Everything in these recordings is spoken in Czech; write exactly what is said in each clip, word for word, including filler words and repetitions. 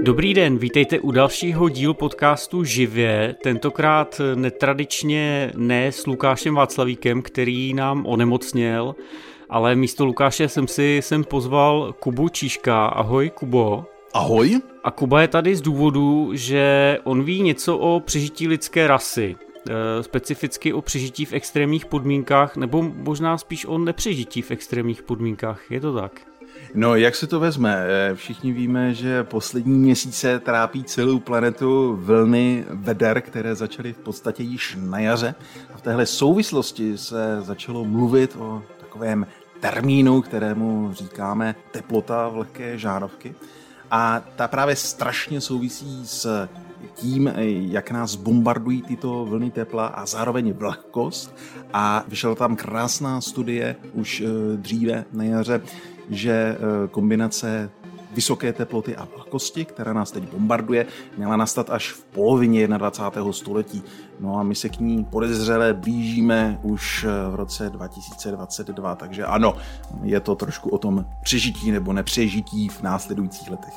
Dobrý den, vítejte u dalšího dílu podcastu Živě, tentokrát netradičně ne s Lukášem Václavíkem, který nám onemocněl, ale místo Lukáše jsem si sem pozval Kubu Číška. Ahoj, Kubo. Ahoj. A Kuba je tady z důvodu, že on ví něco o přežití lidské rasy, specificky o přežití v extrémních podmínkách, nebo možná spíš o nepřežití v extrémních podmínkách, je to tak? No, jak se to vezme? Všichni víme, že poslední měsíce trápí celou planetu vlny veder, které začaly v podstatě již na jaře. A v téhle souvislosti se začalo mluvit o takovém termínu, kterému říkáme teplota vlhké žárovky. A ta právě strašně souvisí s tím, jak nás bombardují tyto vlny tepla a zároveň vlhkost. A vyšla tam krásná studie už dříve na jaře, že kombinace vysoké teploty a vlhkosti, která nás teď bombarduje, měla nastat až v polovině dvacátého prvního století. No a my se k ní podezřele blížíme už v roce dva tisíce dvacet dva, takže ano, je to trošku o tom přežití nebo nepřežití v následujících letech.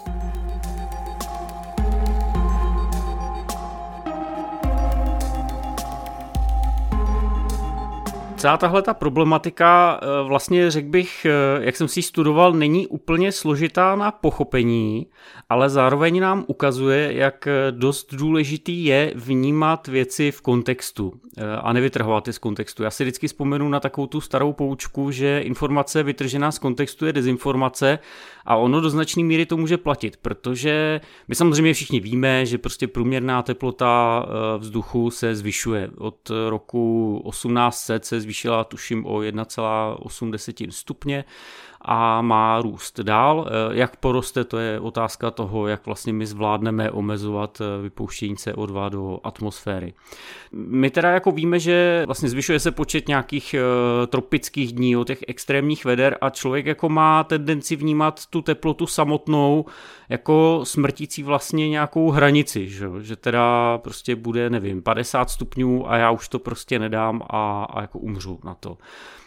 Celá tahle ta problematika, vlastně řekl bych, jak jsem si ji studoval, není úplně složitá na pochopení, ale zároveň nám ukazuje, jak dost důležitý je vnímat věci v kontextu a nevytrhovat je z kontextu. Já si vždycky vzpomenu na takovou tu starou poučku, že informace vytržená z kontextu je dezinformace a ono do značné míry to může platit, protože my samozřejmě všichni víme, že prostě průměrná teplota vzduchu se zvyšuje. Od roku osmnáct set se zvýšila tuším o jedna celá osm stupně a má růst dál. Jak poroste, to je otázka toho, jak vlastně my zvládneme omezovat vypouštění C O dva do atmosféry. My teda jako víme, že vlastně zvyšuje se počet nějakých tropických dní, o těch extrémních veder a člověk jako má tendenci vnímat tu teplotu samotnou jako smrtící vlastně nějakou hranici, že, že teda prostě bude, nevím, padesát stupňů a já už to prostě nedám a, a jako umřu na to.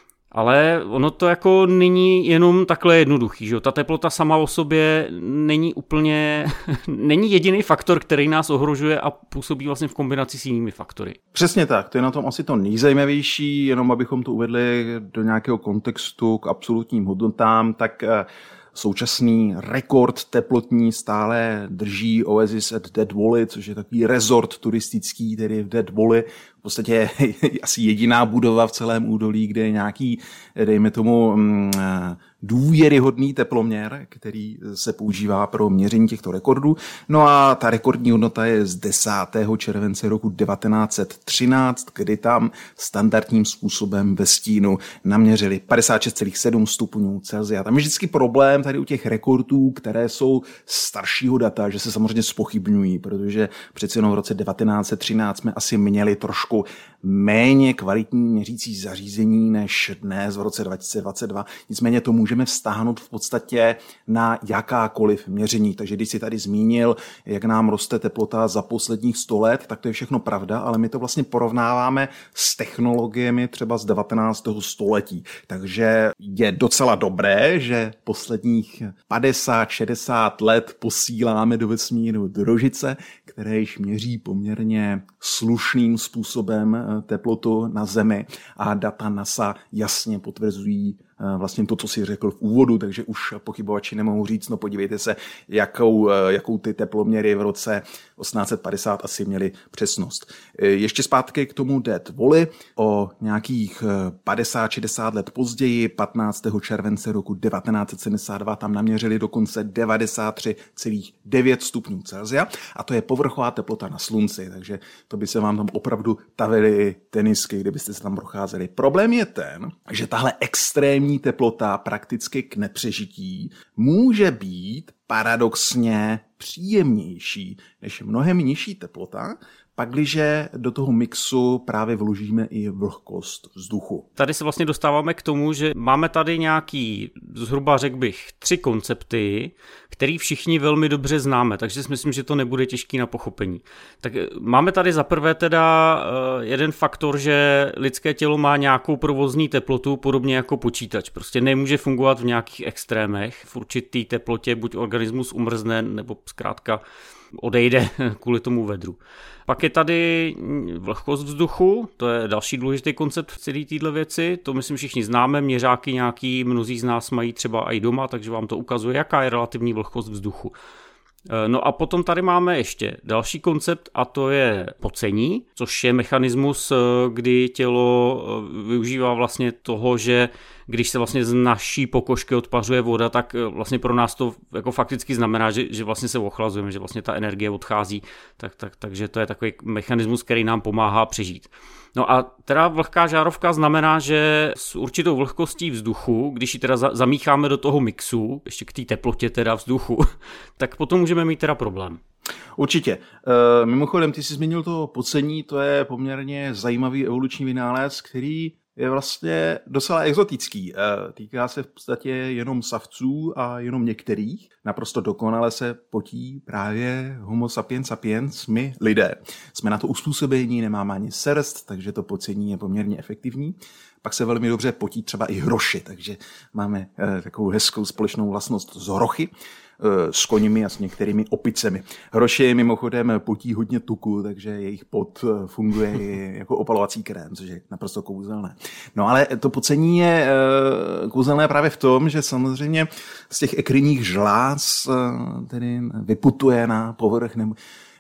Ale ono to jako není jenom takhle jednoduchý, že? Ta teplota sama o sobě není úplně, není jediný faktor, který nás ohrožuje a působí vlastně v kombinaci s jinými faktory. Přesně tak, to je na tom asi to nejzajímavější, jenom abychom to uvedli do nějakého kontextu k absolutním hodnotám, tak současný rekord teplotní stále drží Oasis at Dead Valley, což je takový resort turistický, který je v Dead Valley. V podstatě asi jediná budova v celém údolí, kde je nějaký, dejme tomu, důvěryhodný teploměr, který se používá pro měření těchto rekordů. No a ta rekordní hodnota je z desátého července roku devatenáct set třináct, kdy tam standardním způsobem ve stínu naměřili padesát šest celá sedm stupňů Celsia. Tam je vždycky problém tady u těch rekordů, které jsou staršího data, že se samozřejmě zpochybňují, protože přece jenom v roce devatenáct set třináct jsme asi měli trošku méně kvalitní měřící zařízení než dnes v roce dva tisíce dvacet dva. Nicméně to můžeme vztáhnout v podstatě na jakákoliv měření. Takže když si tady zmínil, jak nám roste teplota za posledních sto let, tak to je všechno pravda, ale my to vlastně porovnáváme s technologiemi třeba z devatenáctého století. Takže je docela dobré, že posledních padesát šedesát let posíláme do vesmíru družice, které již měří poměrně slušným způsobem teplotu na Zemi a data NASA jasně potvrzují vlastně to, co si řekl v úvodu, takže už pochybovači nemohou říct, no podívejte se, jakou, jakou ty teploměry v roce osmnáct set padesát asi měly přesnost. Ještě zpátky k tomu Dead Valley. O nějakých padesát šedesát let později, patnáctého července roku devatenáct set sedmdesát dva, tam naměřili dokonce devadesát tři celá devět stupňů Celsia a to je povrchová teplota na slunci, takže to by se vám tam opravdu tavily tenisky, kdybyste se tam procházeli. Problém je ten, že tahle extrémní teplota prakticky k nepřežití může být paradoxně příjemnější než mnohem nižší teplota, pakliže do toho mixu právě vložíme i vlhkost vzduchu. Tady se vlastně dostáváme k tomu, že máme tady nějaký, zhruba řekl bych, tři koncepty, který všichni velmi dobře známe, takže si myslím, že to nebude těžký na pochopení. Tak máme tady za prvé teda jeden faktor, že lidské tělo má nějakou provozní teplotu, podobně jako počítač. Prostě nemůže fungovat v nějakých extrémech. V určitý teplotě buď organismus umrzne, nebo zkrátka odejde kvůli tomu vedru. Pak je tady vlhkost vzduchu, to je další důležitý koncept v celé této věci, to myslím všichni známe, měřáky nějaký, mnozí z nás mají třeba i doma, takže vám to ukazuje, jaká je relativní vlhkost vzduchu. No a potom tady máme ještě další koncept a to je pocení, což je mechanismus, kdy tělo využívá vlastně toho, že když se vlastně z naší pokožky odpařuje voda, tak vlastně pro nás to jako fakticky znamená, že, že vlastně se ochlazujeme, že vlastně ta energie odchází, tak, tak, takže to je takový mechanismus, který nám pomáhá přežít. No a teda vlhká žárovka znamená, že s určitou vlhkostí vzduchu, když ji teda zamícháme do toho mixu, ještě k té teplotě teda vzduchu, tak potom můžeme mít teda problém. Určitě. E, mimochodem, ty jsi zmínil to pocení, to je poměrně zajímavý evoluční vynález, který je vlastně docela exotický. Týká se v podstatě jenom savců a jenom některých. Naprosto dokonale se potí právě homo sapiens sapiens, my lidé. Jsme na to uspůsobení, nemáme ani srst, takže to pocení je poměrně efektivní. Pak se velmi dobře potí třeba i hroši, takže máme takovou hezkou společnou vlastnost z hrochy, s koněmi a s některými opicemi. Hroši mimochodem potí hodně tuku, takže jejich pot funguje i jako opalovací krém, což je naprosto kouzelné. No ale to pocení je kouzelné právě v tom, že samozřejmě z těch ekrinních žláz tedy vyputuje na povrch nebo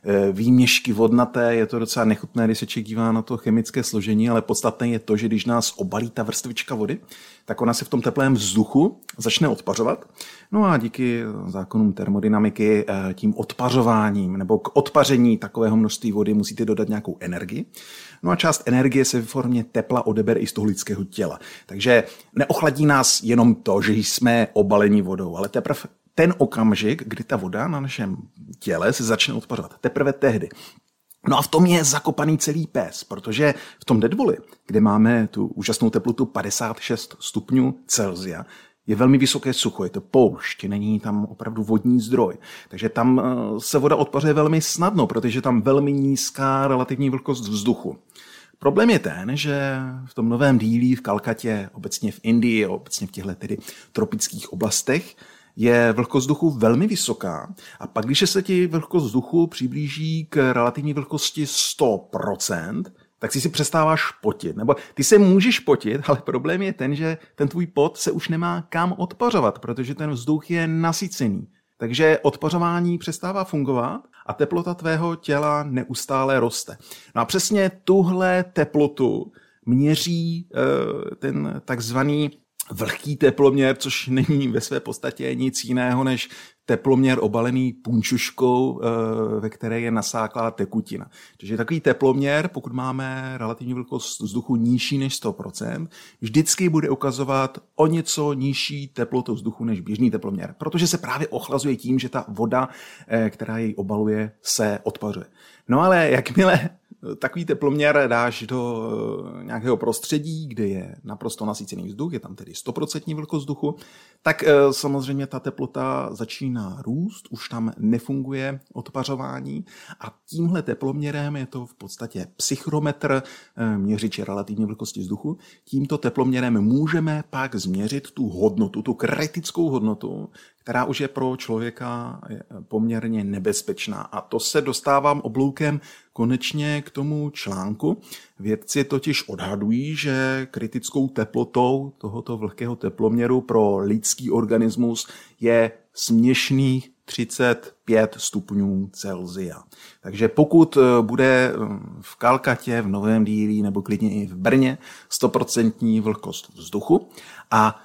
výměšky vodnaté, je to docela nechutné, když se člověk dívá na to chemické složení, ale podstatné je to, že když nás obalí ta vrstvička vody, tak ona se v tom teplém vzduchu začne odpařovat. No a díky zákonům termodynamiky tím odpařováním nebo k odpaření takového množství vody musíte dodat nějakou energii. No a část energie se v formě tepla odebere i z toho lidského těla. Takže neochladí nás jenom to, že jsme obaleni vodou, ale teprve ten okamžik, kdy ta voda na našem těle se začne odpařovat. Teprve tehdy. No a v tom je zakopaný celý pes, protože v tom Deadwalli, kde máme tu úžasnou teplotu padesát šest stupňů Celsia, je velmi vysoké sucho, je to poušť, není tam opravdu vodní zdroj. Takže tam se voda odpařuje velmi snadno, protože je tam velmi nízká relativní vlhkost vzduchu. Problém je ten, že v tom Novém Dílí, v Kalkatě, obecně v Indii, obecně v těchto tedy tropických oblastech, je vlhkost vzduchu velmi vysoká a pak, když se ti vlhkost vzduchu přiblíží k relativní vlhkosti sto procent, tak si si přestáváš potit. Nebo ty se můžeš potit, ale problém je ten, že ten tvůj pot se už nemá kam odpařovat, protože ten vzduch je nasycený. Takže odpařování přestává fungovat a teplota tvého těla neustále roste. No a přesně tuhle teplotu měří uh, ten takzvaný vlhký teploměr, což není ve své podstatě nic jiného než teploměr obalený punčuškou, ve které je nasáklá tekutina. Takže takový teploměr, pokud máme relativní vlhkost vzduchu nižší než sto procent, vždycky bude ukazovat o něco nižší teplotu vzduchu než běžný teploměr, protože se právě ochlazuje tím, že ta voda, která jej obaluje, se odpařuje. No ale jakmile takový teploměr dáš do nějakého prostředí, kde je naprosto nasycený vzduch, je tam tedy sto procent vlhkost vzduchu, tak samozřejmě ta teplota začíná růst, už tam nefunguje odpařování a tímhle teploměrem, je to v podstatě psychrometr, měřič relativní vlhkosti vzduchu, tímto teploměrem můžeme pak změřit tu hodnotu, tu kritickou hodnotu, která už je pro člověka poměrně nebezpečná. A to se dostávám obloukem konečně k tomu článku. Vědci totiž odhadují, že kritickou teplotou tohoto vlhkého teploměru pro lidský organismus je směšných třicet pět stupňů Celsia. Takže pokud bude v Kalkatě, v Novém Dílí nebo klidně i v Brně sto procent vlhkost vzduchu a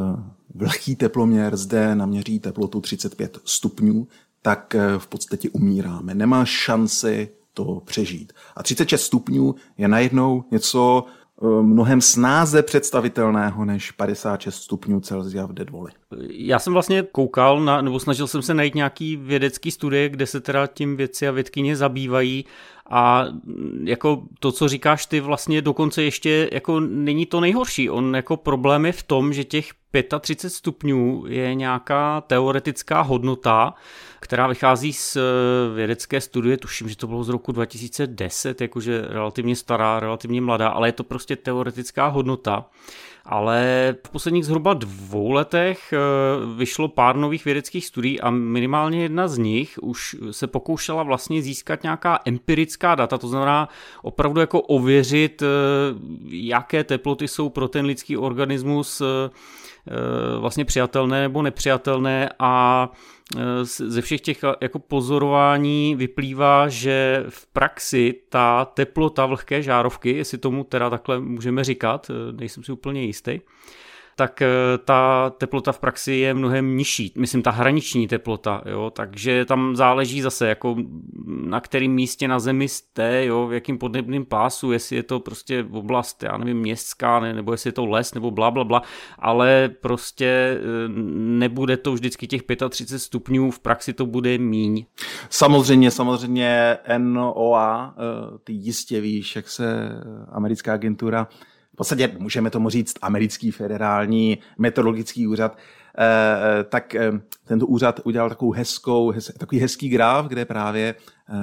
vlhký teploměr zde naměří teplotu třicet pět stupňů, tak v podstatě umíráme. Nemá šanci to přežít. A třicet šest stupňů je najednou něco mnohem snáze představitelného než padesát šest stupňů Celsia v Deadwalli. Já jsem vlastně koukal, na, nebo snažil jsem se najít nějaký vědecký studie, kde se teda tím vědci a vědkyně zabývají A jako to, co říkáš ty, vlastně dokonce ještě jako není to nejhorší. On jako problém je v tom, že těch třicet pět stupňů je nějaká teoretická hodnota, která vychází z vědecké studie, tuším, že to bylo z roku dva tisíce deset, jakože relativně stará, relativně mladá, ale je to prostě teoretická hodnota. Ale v posledních zhruba dvou letech vyšlo pár nových vědeckých studií a minimálně jedna z nich už se pokoušela vlastně získat nějaká empirická data, to znamená opravdu jako ověřit, jaké teploty jsou pro ten lidský organismus vlastně přijatelné nebo nepřijatelné, a ze všech těch jako pozorování vyplývá, že v praxi ta teplota vlhké žárovky, jestli tomu teda takhle můžeme říkat, nejsem si úplně jistý, tak ta teplota v praxi je mnohem nižší, myslím ta hraniční teplota, jo, takže tam záleží zase, jako na kterém místě na Zemi jste, jo, v jakým podnebném pásu, jestli je to prostě oblast, já nevím, městská, ne, nebo jestli je to les, nebo bla, bla, bla, ale prostě nebude to vždycky těch třicet pět stupňů, v praxi to bude míň. Samozřejmě, samozřejmě N O A, ty jistě víš, jak se americká agentura, v podstatě můžeme tomu říct americký federální meteorologický úřad, eh, tak eh, tento úřad udělal takovou hezkou, hez, takový hezký graf, kde právě eh,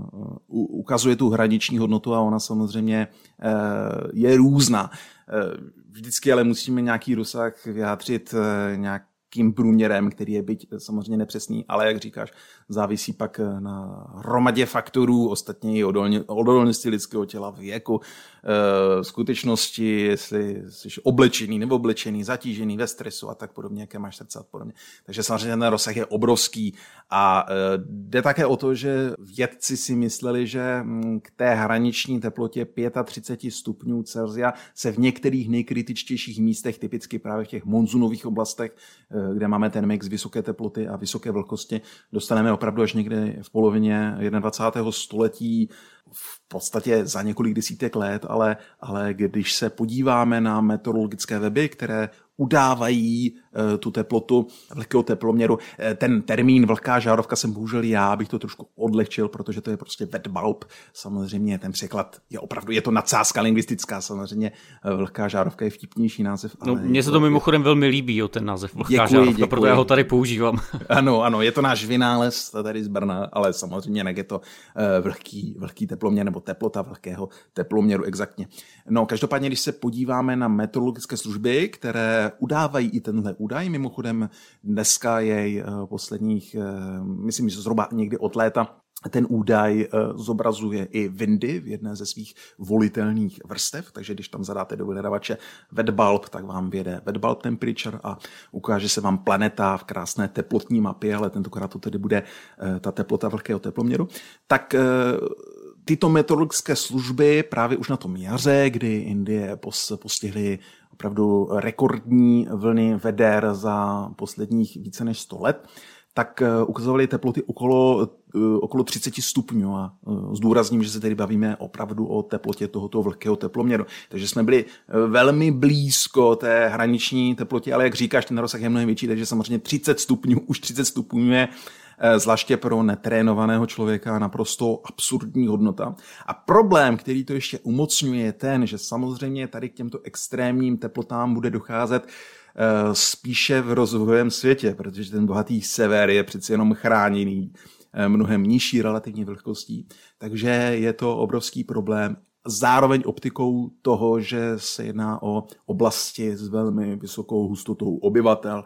ukazuje tu hraniční hodnotu a ona samozřejmě eh, je různá. Eh, vždycky ale musíme nějaký rozsah vyjádřit eh, nějak kým průměrem, který je byť samozřejmě nepřesný, ale jak říkáš, závisí pak na hromadě faktorů, ostatně i odolnosti lidského těla, věku, e, skutečnosti, jestli jsi oblečený nebo oblečený, zatížený, ve stresu a tak podobně, jaké máš srdce a podobně. Takže samozřejmě ten rozsah je obrovský a e, jde také o to, že vědci si mysleli, že k té hraniční teplotě třicet pět stupňů Celsia se v některých nejkritičtějších místech, typicky právě v těch monzunových oblastech, kde máme ten mix vysoké teploty a vysoké vlhkosti, dostaneme opravdu až někde v polovině dvacátého prvního století, v podstatě za několik desítek let, ale, ale když se podíváme na meteorologické weby, které udávají e, tu teplotu vlhkého teploměru. E, ten termín vlhká žárovka jsem bohužel já, bych to trošku odlehčil, protože to je prostě wet bulb. Samozřejmě ten překlad je opravdu, je to nadsázka lingvistická, samozřejmě vlhká žárovka je vtipnější název. No, mně se to mimochodem velmi líbí, jo, ten název vlhká děkuji, žárovka, děkuji. Proto já ho tady používám. Ano, ano, je to náš vynález tady z Brna, ale samozřejmě ne, je to e, vlhký, vlhký teploměr nebo teplota vlhkého teploměru exaktně. No, každopádně, když se podíváme na meteorologické služby, které udávají i tenhle údaj, mimochodem dneska jej posledních, myslím, že zhruba někdy od léta, ten údaj zobrazuje i windy v jedné ze svých volitelných vrstev, takže když tam zadáte do vyhledávače wet bulb, tak vám vyjede wet bulb temperature a ukáže se vám planeta v krásné teplotní mapě, ale tentokrát to tedy bude ta teplota vlhkého teploměru. Tak tyto meteorologické služby právě už na tom jaře, kdy Indie postihly opravdu rekordní vlny veder za posledních více než sto let, tak ukazovaly teploty okolo, okolo třicet stupňů a zdůrazním, že se tedy bavíme opravdu o teplotě tohoto vlhkého teploměru. Takže jsme byli velmi blízko té hraniční teplotě, ale jak říkáš, ten rozsah je mnohem větší, takže samozřejmě třicet stupňů, už třicet stupňů je zvláště pro netrénovaného člověka naprosto absurdní hodnota. A problém, který to ještě umocňuje, je ten, že samozřejmě tady k těmto extrémním teplotám bude docházet spíše v rozvojovém světě, protože ten bohatý sever je přeci jenom chráněný mnohem nižší relativní vlhkostí. Takže je to obrovský problém. Zároveň optikou toho, že se jedná o oblasti s velmi vysokou hustotou obyvatel.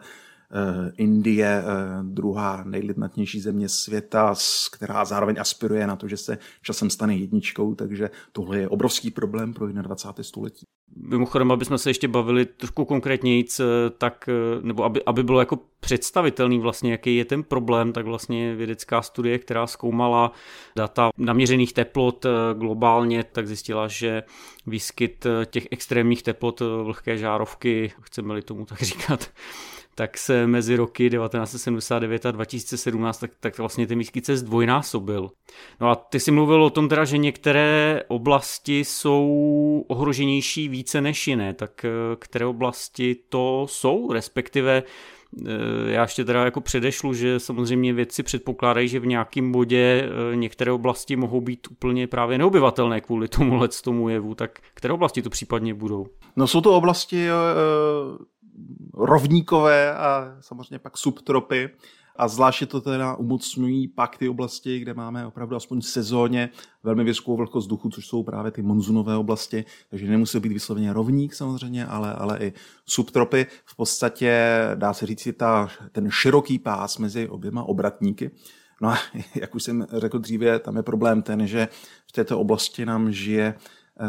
Indie, druhá nejlidnatější země světa, která zároveň aspiruje na to, že se časem stane jedničkou, takže tohle je obrovský problém pro dvacátého prvního století. Mimochodem, aby jsme se ještě bavili trošku konkrétnějc, tak, nebo aby, aby bylo jako představitelný vlastně, jaký je ten problém, tak vlastně vědecká studie, která zkoumala data naměřených teplot globálně, tak zjistila, že výskyt těch extrémních teplot vlhké žárovky, chceme-li tomu tak říkat, tak se mezi roky devatenáct set sedmdesát devět a dva tisíce sedmnáct tak, tak vlastně ten výskyt se zdvojnásobil. No a ty jsi mluvil o tom teda, že některé oblasti jsou ohroženější více než jiné, tak které oblasti to jsou, respektive Já ještě teda jako předešlu, že samozřejmě vědci předpokládají, že v nějakém bodě některé oblasti mohou být úplně právě neobyvatelné kvůli tomuhle tomu jevu, tak které oblasti to případně budou? No jsou to oblasti rovníkové a samozřejmě pak subtropy. A zvláště to teda umocňují pak ty oblasti, kde máme opravdu aspoň v sezóně velmi vysokou vlhkost vzduchu, což jsou právě ty monzunové oblasti, takže nemusí být vysloveně rovník samozřejmě, ale, ale i subtropy. V podstatě dá se říct, ta, ten široký pás mezi oběma obratníky. No a jak už jsem řekl dříve, tam je problém ten, že v této oblasti nám žije eh,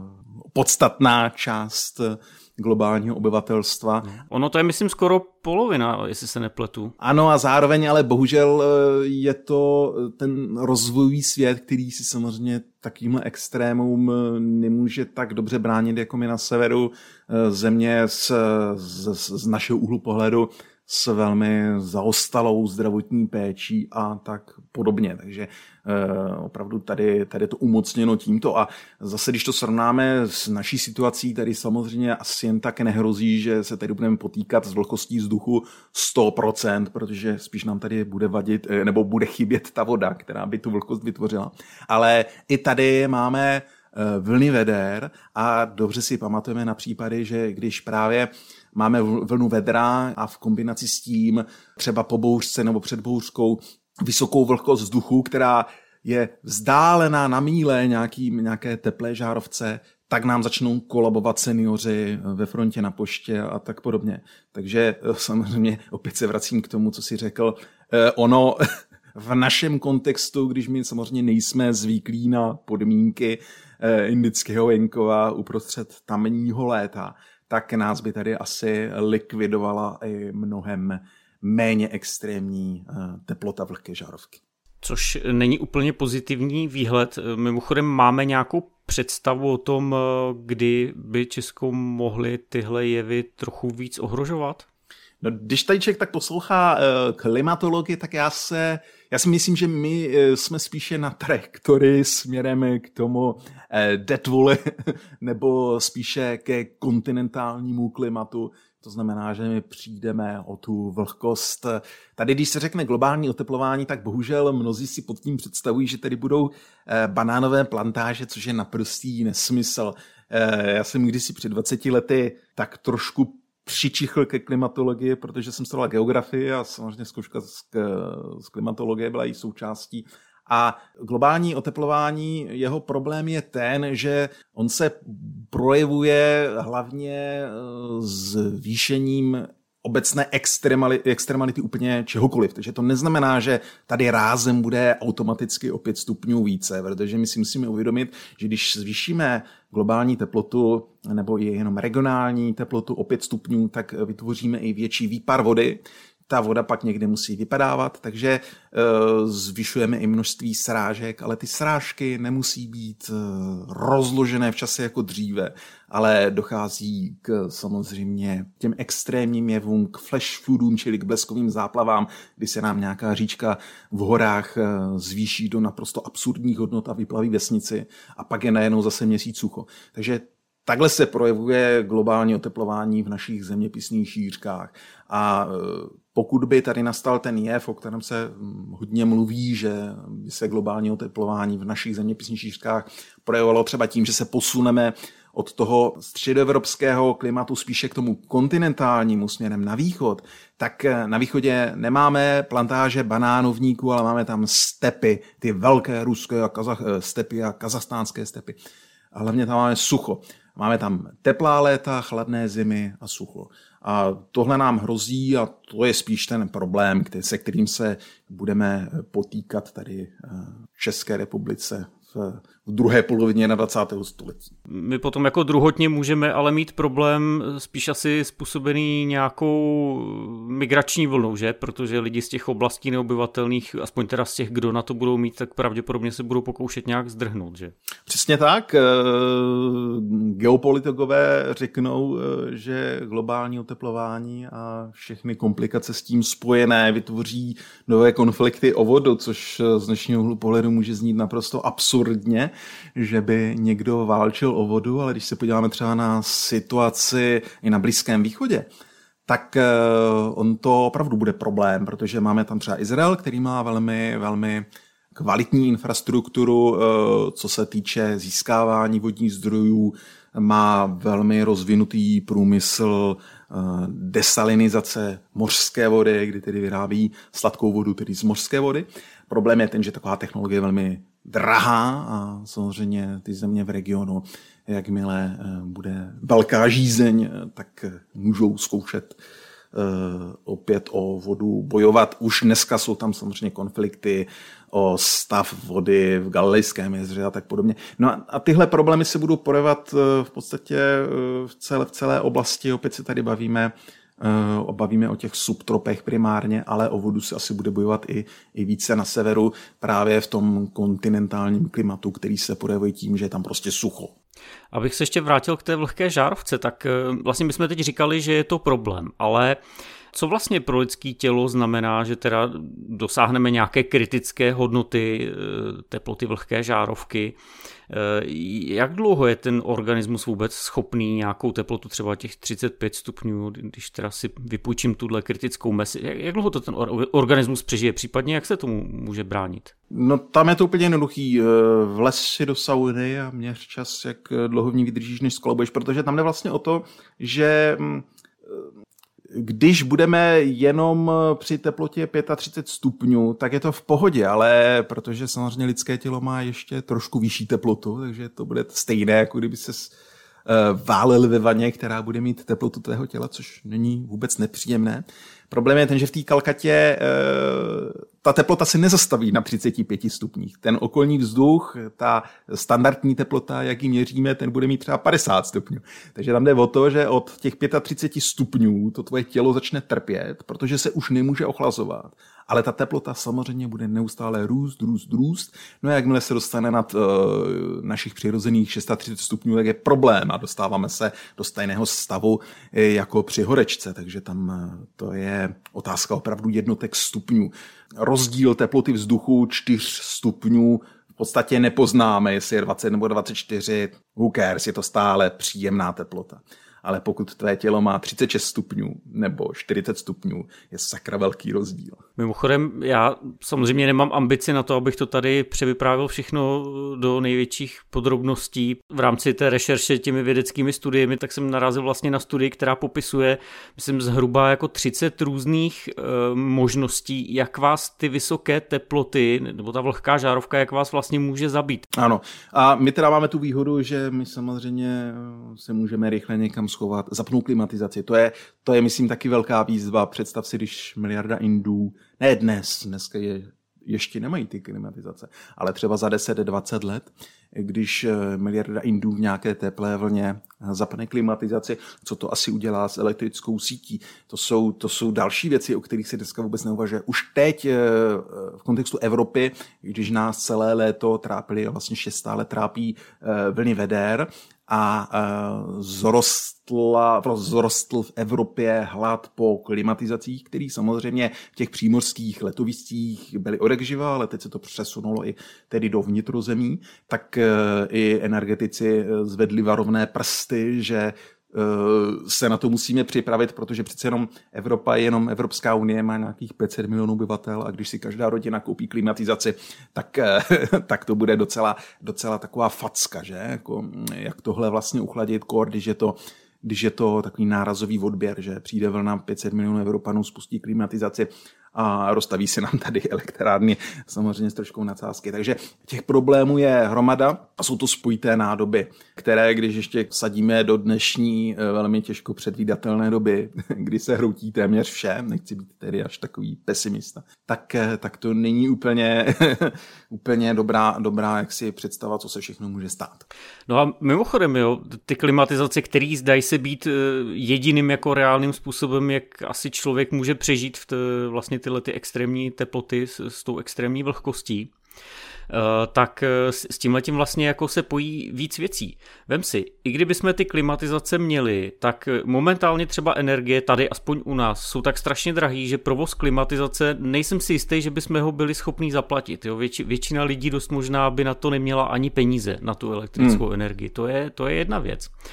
podstatná část globálního obyvatelstva. Ono to je, myslím, skoro polovina, jestli se nepletu. Ano, a zároveň, ale bohužel je to ten rozvojový svět, který si samozřejmě takovýmhle extrémům nemůže tak dobře bránit, jako my na severu země z, z, z našeho úhlu pohledu s velmi zaostalou zdravotní péčí a tak podobně. Takže e, opravdu tady, tady je to umocněno tímto. A zase, když to srovnáme s naší situací, tady samozřejmě asi jen tak nehrozí, že se tady budeme potýkat s vlhkostí vzduchu sto procent, protože spíš nám tady bude vadit, nebo bude chybět ta voda, která by tu vlhkost vytvořila. Ale i tady máme vlny veder a dobře si pamatujeme na případy, že když právě máme vlnu vedra a v kombinaci s tím třeba po bouřce nebo před bouřkou vysokou vlhkost vzduchu, která je vzdálená na míle nějaký, nějaké teplé žárovce, tak nám začnou kolabovat seniori ve frontě na poště a tak podobně. Takže samozřejmě opět se vracím k tomu, co jsi řekl. Ono v našem kontextu, když my samozřejmě nejsme zvyklí na podmínky indického venkova uprostřed tamního léta, tak nás by tady asi likvidovala i mnohem méně extrémní teplota vlhké žárovky. Což není úplně pozitivní výhled. Mimochodem máme nějakou představu o tom, kdy by Česko mohly tyhle jevy trochu víc ohrožovat? No, když tady člověk tak poslouchá klimatologii, tak já se, já si myslím, že my jsme spíše na trajektorii směrem k tomu deathvoli, nebo spíše ke kontinentálnímu klimatu. To znamená, že my přijdeme o tu vlhkost. Tady, když se řekne globální oteplování, tak bohužel mnozí si pod tím představují, že tady budou banánové plantáže, což je naprostý nesmysl. Já jsem kdysi před dvaceti lety tak trošku přičichl ke klimatologii, protože jsem studoval geografii a samozřejmě zkouška z, z klimatologie byla její součástí. A globální oteplování, jeho problém je ten, že on se projevuje hlavně zvýšením obecné extremality, extremality úplně čehokoliv. Takže to neznamená, že tady rázem bude automaticky o pět stupňů více, protože my si musíme uvědomit, že když zvýšíme globální teplotu nebo je jenom regionální teplotu o pět stupňů, tak vytvoříme i větší výpar vody. Ta voda pak někde musí vypadávat, takže e, zvyšujeme i množství srážek, ale ty srážky nemusí být e, rozložené v čase jako dříve, ale dochází k samozřejmě těm extrémním jevům, k flash floodům, čili k bleskovým záplavám, kdy se nám nějaká říčka v horách e, zvýší do naprosto absurdních hodnot a vyplaví vesnici a pak je najednou zase měsíc sucho. Takže takhle se projevuje globální oteplování v našich zeměpisných šířkách. A pokud by tady nastal ten jev, o kterém se hodně mluví, že by se globální oteplování v našich zeměpisných šířkách projevovalo třeba tím, že se posuneme od toho středoevropského klimatu spíše k tomu kontinentálnímu směrem na východ, tak na východě nemáme plantáže banánovníků, ale máme tam stepy, ty velké ruské a kazach, stepy a kazachstánské stepy. A hlavně tam máme sucho. Máme tam teplá léta, chladné zimy a sucho. A tohle nám hrozí a to je spíš ten problém, se kterým se budeme potýkat tady v České republice v druhé polovině dvacátého století. My potom jako druhotně můžeme ale mít problém spíš asi způsobený nějakou migrační vlnou, že? Protože lidi z těch oblastí neobyvatelných, aspoň teda z těch, kdo na to budou mít, tak pravděpodobně se budou pokoušet nějak zdrhnout, že? Přesně tak. Geopolitologové řeknou, že globální oteplování a všechny komplikace s tím spojené vytvoří nové konflikty o vodu, což z dnešního úhlu pohledu může znít naprosto absurdně, že by někdo válčil o vodu, ale když se podíváme třeba na situaci i na Blízkém východě, tak on to opravdu bude problém, protože máme tam třeba Izrael, který má velmi, velmi kvalitní infrastrukturu, co se týče získávání vodních zdrojů, má velmi rozvinutý průmysl desalinizace mořské vody, kdy tedy vyrábí sladkou vodu tedy z mořské vody. Problém je ten, že taková technologie je velmi drahá a samozřejmě ty země v regionu, jakmile bude velká žízeň, tak můžou zkoušet opět o vodu bojovat. Už dneska jsou tam samozřejmě konflikty o stav vody v Galilejském jezeře a tak podobně. No a, a tyhle problémy se budou projevovat v podstatě v celé, v celé oblasti. Opět se tady bavíme, bavíme o těch subtropech primárně, ale o vodu se asi bude bojovat i, i více na severu, právě v tom kontinentálním klimatu, který se projevuje tím, že je tam prostě sucho. Abych se ještě vrátil k té vlhké žárovce, tak vlastně my jsme teď říkali, že je to problém, ale co vlastně pro lidské tělo znamená, že teda dosáhneme nějaké kritické hodnoty teploty vlhké žárovky? Jak dlouho je ten organismus vůbec schopný nějakou teplotu třeba těch třicet pět stupňů, když teda si vypůjčím tuhle kritickou mezi, jak dlouho to ten organismus přežije, případně jak se tomu může bránit? No tam je to úplně jednoduchý. Vlez si do sauny a měř čas, jak dlouho v ní vydržíš, než skolabuješ, protože tam jde vlastně o to, že když budeme jenom při teplotě třicet pět stupňů, tak je to v pohodě, ale protože samozřejmě lidské tělo má ještě trošku vyšší teplotu, takže to bude stejné, jako kdyby se válel ve vaně, která bude mít teplotu tvého těla, což není vůbec nepříjemné. Problém je ten, že v té Kalkatě ta teplota se nezastaví na třicet pět stupních. Ten okolní vzduch, ta standardní teplota, jak ji měříme, ten bude mít třeba padesát stupňů. Takže tam jde o to, že od těch třicet pět stupňů to tvoje tělo začne trpět, protože se už nemůže ochlazovat. Ale ta teplota samozřejmě bude neustále růst, růst, růst. No a jakmile se dostane nad uh, našich přirozených třicet šest stupňů, tak je problém a dostáváme se do stejného stavu jako při horečce. Takže tam uh, to je otázka opravdu jednotek stupňů. Rozdíl teploty vzduchu čtyři stupňů v podstatě nepoznáme, jestli je dvacet nebo dvacet čtyři. Who cares, je to stále příjemná teplota. Ale pokud tvé tělo má třicet šest stupňů nebo čtyřicet stupňů, je sakra velký rozdíl. Mimochodem, já samozřejmě nemám ambici na to, abych to tady převyprávěl všechno do největších podrobností. V rámci té rešerše těmi vědeckými studiemi, tak jsem narazil vlastně na studii, která popisuje, myslím, zhruba jako třicet různých e, možností, jak vás ty vysoké teploty, nebo ta vlhká žárovka, jak vás vlastně může zabít. Ano, a my teda máme tu výhodu, že my samozřejmě se můžeme rychle někam schovat, zapnout klimatizaci. To je, to je, myslím, taky velká výzva. Představ si, když miliarda Indů, ne dnes, dneska je, ještě nemají ty klimatizace, ale třeba za deset dvacet let, když miliarda Indů v nějaké teplé vlně zapne klimatizaci, co to asi udělá s elektrickou sítí. To jsou, to jsou další věci, o kterých se dneska vůbec neuvažuje. Už teď v kontextu Evropy, když nás celé léto trápily a vlastně ještě stále trápí vlny veder a zrostla, zrostl v Evropě hlad po klimatizacích, který samozřejmě v těch přímořských letoviscích byly odekživa, ale teď se to přesunulo i tedy do vnitrozemí, tak i energetici zvedli varovné prsty, že se na to musíme připravit, protože přece jenom Evropa, jenom Evropská unie má nějakých pět set milionů obyvatel a když si každá rodina koupí klimatizaci, tak, tak to bude docela, docela taková facka, že? Jako, jak tohle vlastně uchladit, kor, když je to když je to takový nárazový odběr, že přijde vlna pět set milionů Evropanů, spustí klimatizaci a rozstaví se nám tady elektrárny samozřejmě s troškou nadsázky. Takže těch problémů je hromada a jsou to spojité nádoby, které, když ještě sadíme do dnešní velmi těžko předvídatelné doby, kdy se hroutí téměř vše, nechci být tedy až takový pesimista, tak, tak to není úplně, úplně dobrá, dobrá jaksi představa, co se všechno může stát. No a mimochodem, jo, ty klimatizace, které zdají se být jediným jako reálným způsobem, jak asi člověk může přežít v t, vlastně tyhle ty extrémní teploty s, s tou extrémní vlhkostí, tak s tímhletím vlastně jako se pojí víc věcí. Vem si, i kdyby jsme ty klimatizace měli, tak momentálně třeba energie tady, aspoň u nás, jsou tak strašně drahý, že provoz klimatizace nejsem si jistý, že bychom ho byli schopní zaplatit. Jo? Větši, většina lidí dost možná by na to neměla ani peníze, na tu elektrickou hmm. energii. To je, to je jedna věc.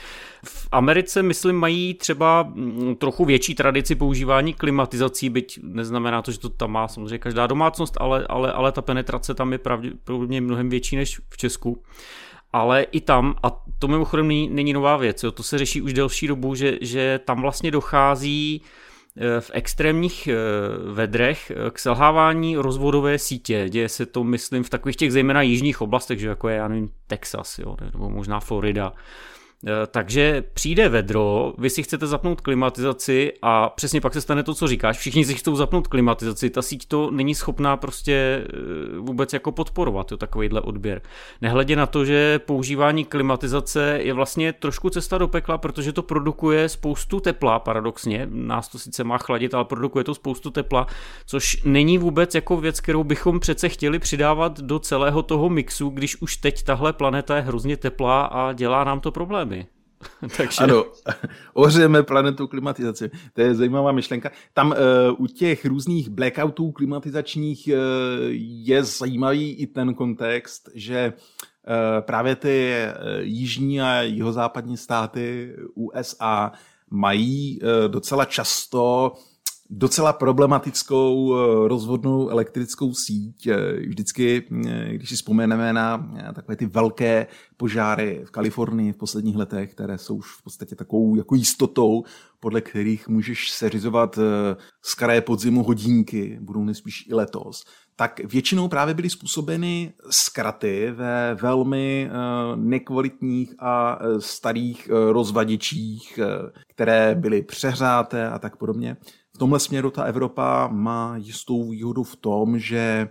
V Americe, myslím, mají třeba trochu větší tradici používání klimatizací, byť neznamená to, že to tam má samozřejmě každá domácnost, ale, ale, ale ta penetrace tam je pravděpodobně mnohem větší než v Česku. Ale i tam, a to mimochodem není, není nová věc, jo, to se řeší už delší dobu, že, že tam vlastně dochází v extrémních vedrech k selhávání rozvodové sítě. Děje se to, myslím, v takových těch zejména jižních oblastech, že jako je, já nevím, Texas, jo, nebo možná Florida. Takže přijde vedro, vy si chcete zapnout klimatizaci a přesně pak se stane to, co říkáš. Všichni si chcou zapnout klimatizaci, ta síť to není schopná prostě vůbec jako podporovat, jo, takovýhle odběr. Nehledě na to, že používání klimatizace je vlastně trošku cesta do pekla, protože to produkuje spoustu tepla, paradoxně. Nás to sice má chladit, ale produkuje to spoustu tepla, což není vůbec jako věc, kterou bychom přece chtěli přidávat do celého toho mixu, když už teď tahle planeta je hrozně teplá a dělá nám to problémy. Takže... Ano, ohřejeme planetu klimatizaci. To je zajímavá myšlenka. Tam uh, u těch různých blackoutů klimatizačních uh, je zajímavý i ten kontext, že uh, právě ty uh, jižní a jihozápadní státy U S A mají uh, docela často docela problematickou rozvodnou elektrickou síť. Vždycky, když si vzpomeneme na takové ty velké požáry v Kalifornii v posledních letech, které jsou už v podstatě takovou jako jistotou, podle kterých můžeš seřizovat z kraje podzimu hodinky, budou nejspíš i letos, tak většinou právě byly způsobeny zkraty ve velmi nekvalitních a starých rozvaděčích, které byly přehřáté a tak podobně. V tomhle směru ta Evropa má jistou výhodu v tom, že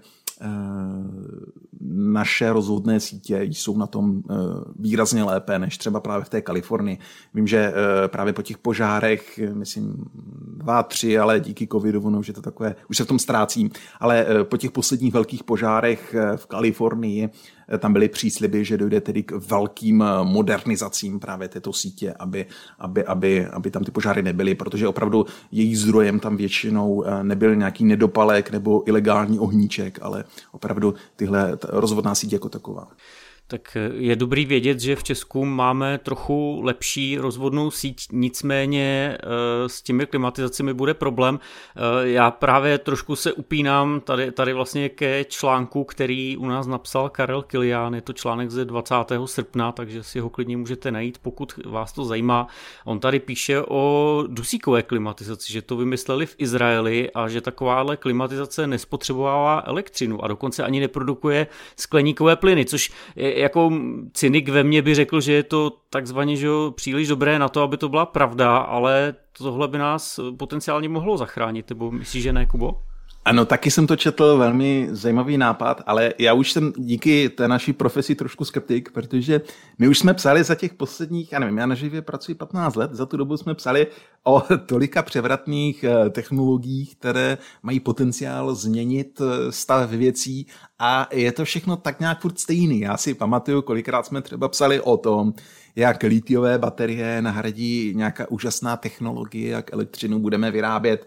naše rozvodné sítě jsou na tom výrazně lépe než třeba právě v té Kalifornii. Vím, že právě po těch požárech, myslím dva, tři, ale díky covidu, no, že to takové, už se v tom ztrácím, ale po těch posledních velkých požárech v Kalifornii tam byly přísliby, že dojde tedy k velkým modernizacím právě této sítě, aby, aby, aby, aby tam ty požáry nebyly, protože opravdu její zdrojem tam většinou nebyl nějaký nedopalek nebo ilegální ohníček, ale opravdu tyhle rozvodná síť jako taková. Tak je dobrý vědět, že v Česku máme trochu lepší rozvodnou síť, nicméně s těmi klimatizacemi bude problém. Já právě trošku se upínám tady, tady vlastně ke článku, který u nás napsal Karel Kilián, je to článek ze dvacátého srpna, takže si ho klidně můžete najít, pokud vás to zajímá. On tady píše o dusíkové klimatizaci, že to vymysleli v Izraeli a že takováhle klimatizace nespotřebovává elektřinu a dokonce ani neprodukuje skleníkové plyny, což je jako cynik ve mně by řekl, že je to takzvaně že příliš dobré na to, aby to byla pravda, ale tohle by nás potenciálně mohlo zachránit, nebo myslíš, že ne, Kubo? Ano, taky jsem to četl, velmi zajímavý nápad, ale já už jsem díky té naší profesi trošku skeptik, protože my už jsme psali za těch posledních, já nevím, já na Živě pracuji patnáct let, za tu dobu jsme psali o tolika převratných technologiích, které mají potenciál změnit stav věcí a je to všechno tak nějak furt stejný. Já si pamatuju, kolikrát jsme třeba psali o tom, jak litiové baterie nahradí nějaká úžasná technologie, jak elektřinu budeme vyrábět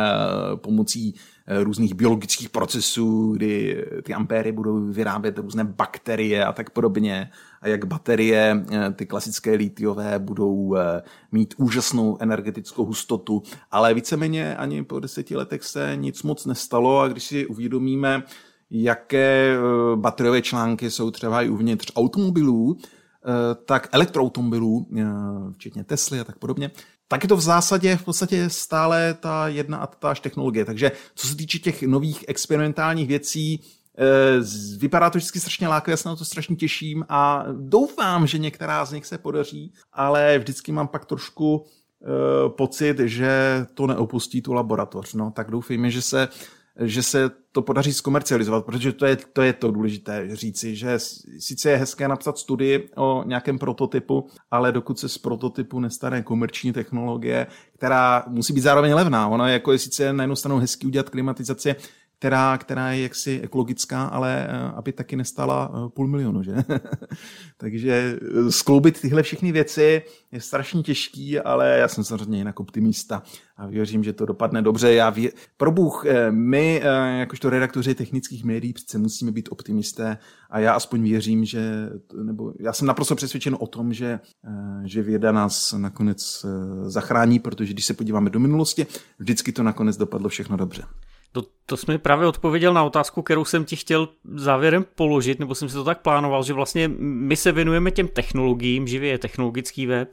uh, pomocí různých biologických procesů, kdy ty ampéry budou vyrábět různé bakterie a tak podobně. A jak baterie, ty klasické litiové, budou mít úžasnou energetickou hustotu. Ale víceméně ani po deseti letech se nic moc nestalo a když si uvědomíme, jaké bateriové články jsou třeba i uvnitř automobilů, tak elektroautomobilů, včetně Tesly a tak podobně, tak je to v zásadě v podstatě stále ta jedna a táž technologie. Takže co se týče těch nových experimentálních věcí, vypadá to vždycky strašně lákavé, já se na to strašně těším a doufám, že některá z nich se podaří, ale vždycky mám pak trošku pocit, že to neopustí tu laboratoř. No, tak doufejme, že se že se to podaří zkomercializovat, protože to je, to je to důležité říci, že sice je hezké napsat studii o nějakém prototypu, ale dokud se z prototypu nestane komerční technologie, která musí být zároveň levná. Ono je jako je sice na jednu stranu hezký udělat klimatizaci, která, která je jaksi ekologická, ale aby taky nestála půl milionu, že? Takže skloubit tyhle všechny věci je strašně těžký, ale já jsem samozřejmě jinak optimista a věřím, že to dopadne dobře. Já vě... Pro Bůh, my, jakožto redaktoři technických médií, přece musíme být optimisté a já aspoň věřím, že, nebo já jsem naprosto přesvědčen o tom, že, že věda nás nakonec zachrání, protože když se podíváme do minulosti, vždycky to nakonec dopadlo všechno dobře. To, to jsi mi právě odpověděl na otázku, kterou jsem ti chtěl závěrem položit, nebo jsem si to tak plánoval, že vlastně my se věnujeme těm technologiím, živě je technologický web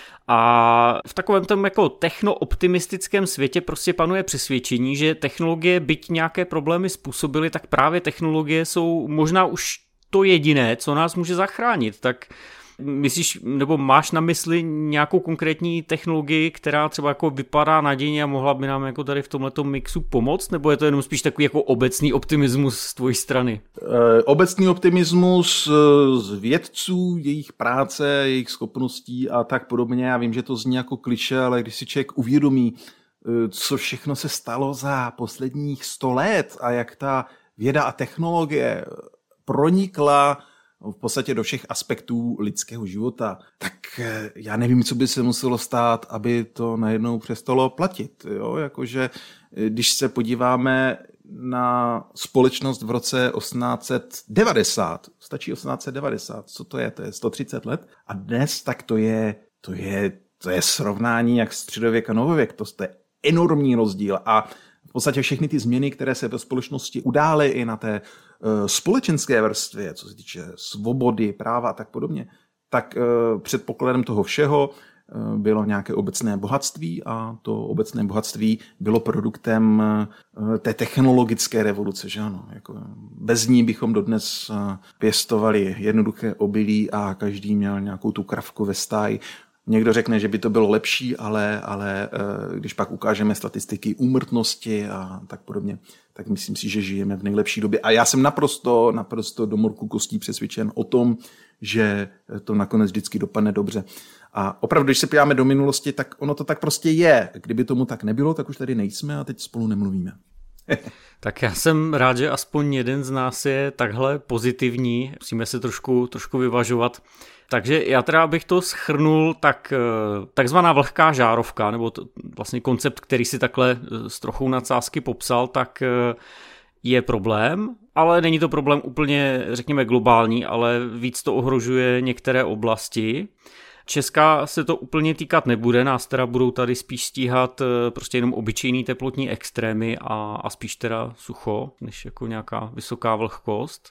a v takovém tom jako techno-optimistickém světě prostě panuje přesvědčení, že technologie, byť nějaké problémy způsobily, tak právě technologie jsou možná už to jediné, co nás může zachránit. Tak myslíš, nebo máš na mysli nějakou konkrétní technologii, která třeba jako vypadá nadějně a mohla by nám jako tady v tomhletom mixu pomoct, nebo je to jenom spíš takový jako obecný optimismus z tvojí strany? E, obecný optimismus z vědců, jejich práce, jejich schopností a tak podobně. Já vím, že to zní jako klišé, ale když si člověk uvědomí, co všechno se stalo za posledních sto let a jak ta věda a technologie pronikla v podstatě do všech aspektů lidského života, tak já nevím, co by se muselo stát, aby to najednou přestalo platit. Jo? Jakože, když se podíváme na společnost v roce osmnáct set devadesát, stačí osmnáct set devadesát, co to je? To je sto třicet let. A dnes tak to je, to je, to je srovnání jak středověk a novověk. To je enormní rozdíl a v podstatě všechny ty změny, které se ve společnosti udály i na té uh, společenské vrstvě, co se týče svobody, práva a tak podobně, tak uh, předpokladem toho všeho uh, bylo nějaké obecné bohatství a to obecné bohatství bylo produktem uh, té technologické revoluce. Že ano? Jako, bez ní bychom dodnes uh, pěstovali jednoduché obilí a každý měl nějakou tu kravku ve stáji. Někdo řekne, že by to bylo lepší, ale, ale když pak ukážeme statistiky úmrtnosti a tak podobně, tak myslím si, že žijeme v nejlepší době. A já jsem naprosto, naprosto do morku kostí přesvědčen o tom, že to nakonec vždycky dopadne dobře. A opravdu, když se podíváme do minulosti, tak ono to tak prostě je. Kdyby tomu tak nebylo, tak už tady nejsme a teď spolu nemluvíme. Tak já jsem rád, že aspoň jeden z nás je takhle pozitivní. Musíme se trošku, trošku vyvažovat. Takže já teda bych to shrnul, tak takzvaná vlhká žárovka, nebo to, vlastně koncept, který si takhle s trochou nadsázky popsal, tak je problém, ale není to problém úplně, řekněme, globální, ale víc to ohrožuje některé oblasti. Česká se to úplně týkat nebude, nás teda budou tady spíš stíhat prostě jenom obyčejný teplotní extrémy a, a spíš teda sucho, než jako nějaká vysoká vlhkost.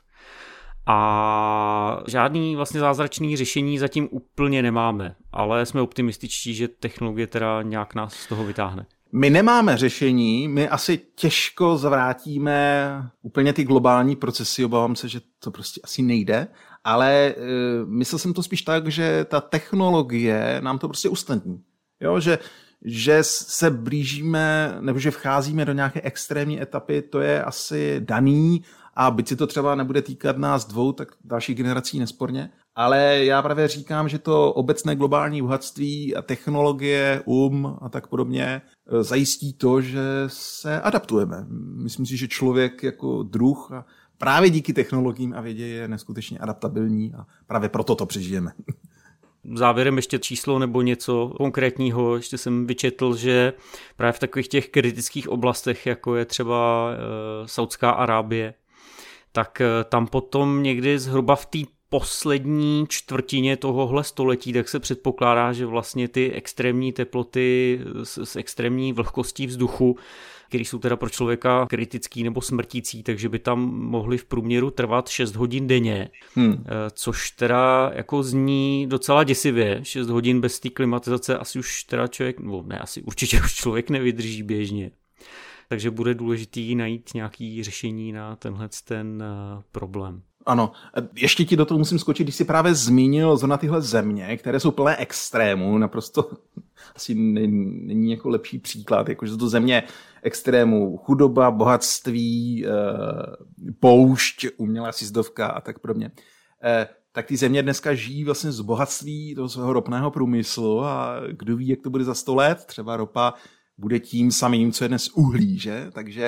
A žádný vlastně zázračný řešení zatím úplně nemáme, ale jsme optimističtí, že technologie teda nějak nás z toho vytáhne. My nemáme řešení, my asi těžko zvrátíme úplně ty globální procesy, obávám se, že to prostě asi nejde, ale uh, myslel jsem to spíš tak, že ta technologie nám to prostě usnadní. Jo, že, že se blížíme, nebo že vcházíme do nějaké extrémní etapy, to je asi daný, a byť si to třeba nebude týkat nás dvou, tak dalších generací nesporně. Ale já právě říkám, že to obecné globální bohatství a technologie, um a tak podobně zajistí to, že se adaptujeme. Myslím si, že člověk jako druh a právě díky technologiím a vědě je neskutečně adaptabilní a právě proto to přežijeme. Závěrem ještě číslo nebo něco konkrétního, ještě jsem vyčetl, že právě v takových těch kritických oblastech, jako je třeba e, Saudská Arábie, tak tam potom někdy zhruba v té poslední čtvrtině tohohle století, tak se předpokládá, že vlastně ty extrémní teploty s, s extrémní vlhkostí vzduchu, které jsou teda pro člověka kritický nebo smrtící, takže by tam mohly v průměru trvat šest hodin denně, hmm. což teda jako zní docela děsivě. šest hodin bez té klimatizace asi už teda člověk, no ne, asi určitě už člověk nevydrží běžně. Takže bude důležitý najít nějaké řešení na tenhle ten problém. Ano, ještě ti do toho musím skočit, když jsi právě zmínil zrovna tyhle země, které jsou plné extrémů, naprosto asi není jako lepší příklad, jakože jsou to země extrémů, chudoba, bohatství, poušť, umělá sjezdovka a tak podobně. Tak ty země dneska žijí vlastně z bohatství toho svého ropného průmyslu a kdo ví, jak to bude za sto let, třeba ropa bude tím samým, co je dnes uhlí, že? Takže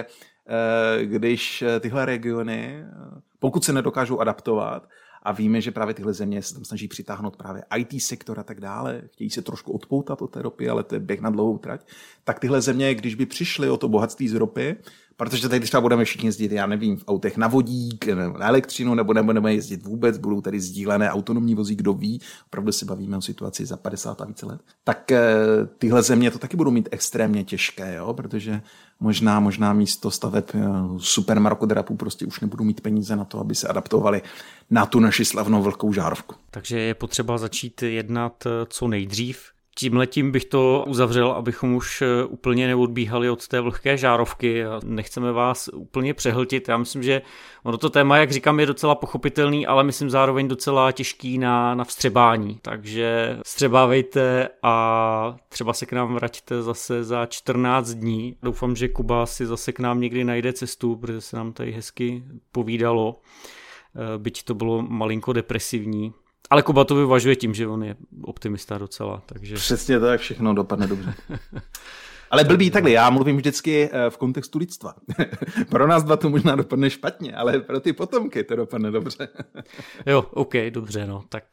když tyhle regiony, pokud se nedokážou adaptovat, a víme, že právě tyhle země se tam snaží přitáhnout právě í té sektor a tak dále, chtějí se trošku odpoutat od té ropy, ale to je běh na dlouhou trať, tak tyhle země, když by přišly o to bohatství z ropy, protože tady třeba budeme všichni jezdit, já nevím, v autech na vodík, na elektřinu, nebo nebudeme jezdit vůbec, budou tady sdílené autonomní vozíky, kdo ví, opravdu si bavíme o situaci za padesát a více let, tak tyhle země to taky budou mít extrémně těžké, jo? Protože možná, možná místo staveb super mrakodrapů prostě už nebudou mít peníze na to, aby se adaptovali na tu naši slavnou vlhkou žárovku. Takže je potřeba začít jednat co nejdřív. Tímhletím bych to uzavřel, abychom už úplně neodbíhali od té vlhké žárovky a nechceme vás úplně přehltit. Já myslím, že ono to téma, jak říkám, je docela pochopitelný, ale myslím zároveň docela těžký na, na vstřebání. Takže vstřebávejte a třeba se k nám vraťte zase za čtrnáct dní. Doufám, že Kuba si zase k nám někdy najde cestu, protože se nám tady hezky povídalo, byť to bylo malinko depresivní. Ale Kuba to vyvažuje tím, že on je optimista docela. Takže... Přesně tak, všechno dopadne dobře. Ale blbý takhle, já mluvím vždycky v kontextu lidstva. Pro nás dva to možná dopadne špatně, ale pro ty potomky to dopadne dobře. Jo, OK, dobře, no, tak...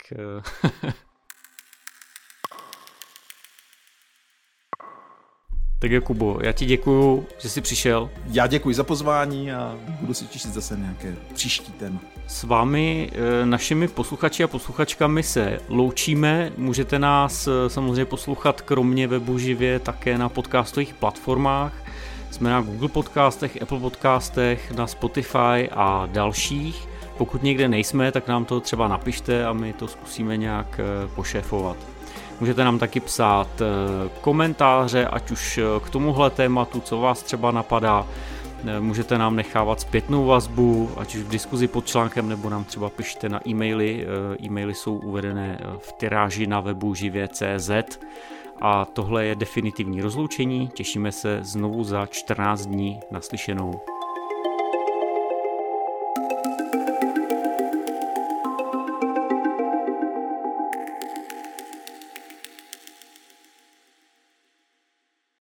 Tak jo, Kubo, já ti děkuju, že jsi přišel. Já děkuji za pozvání a budu si těšit zase nějaké příští téma. S vámi, našimi posluchači a posluchačkami se loučíme. Můžete nás samozřejmě poslouchat kromě webu živě také na podcastových platformách. Jsme na Google podcastech, Apple podcastech, na Spotify a dalších. Pokud někde nejsme, tak nám to třeba napište a my to zkusíme nějak pošéfovat. Můžete nám taky psát komentáře, ať už k tomuhle tématu, co vás třeba napadá. Můžete nám nechávat zpětnou vazbu, ať už v diskuzi pod článkem, nebo nám třeba pište na e-maily. E-maily jsou uvedené v tiráži na webu živě tečka cé zet. A tohle je definitivní rozloučení. Těšíme se znovu za čtrnáct dní. Naslyšenou.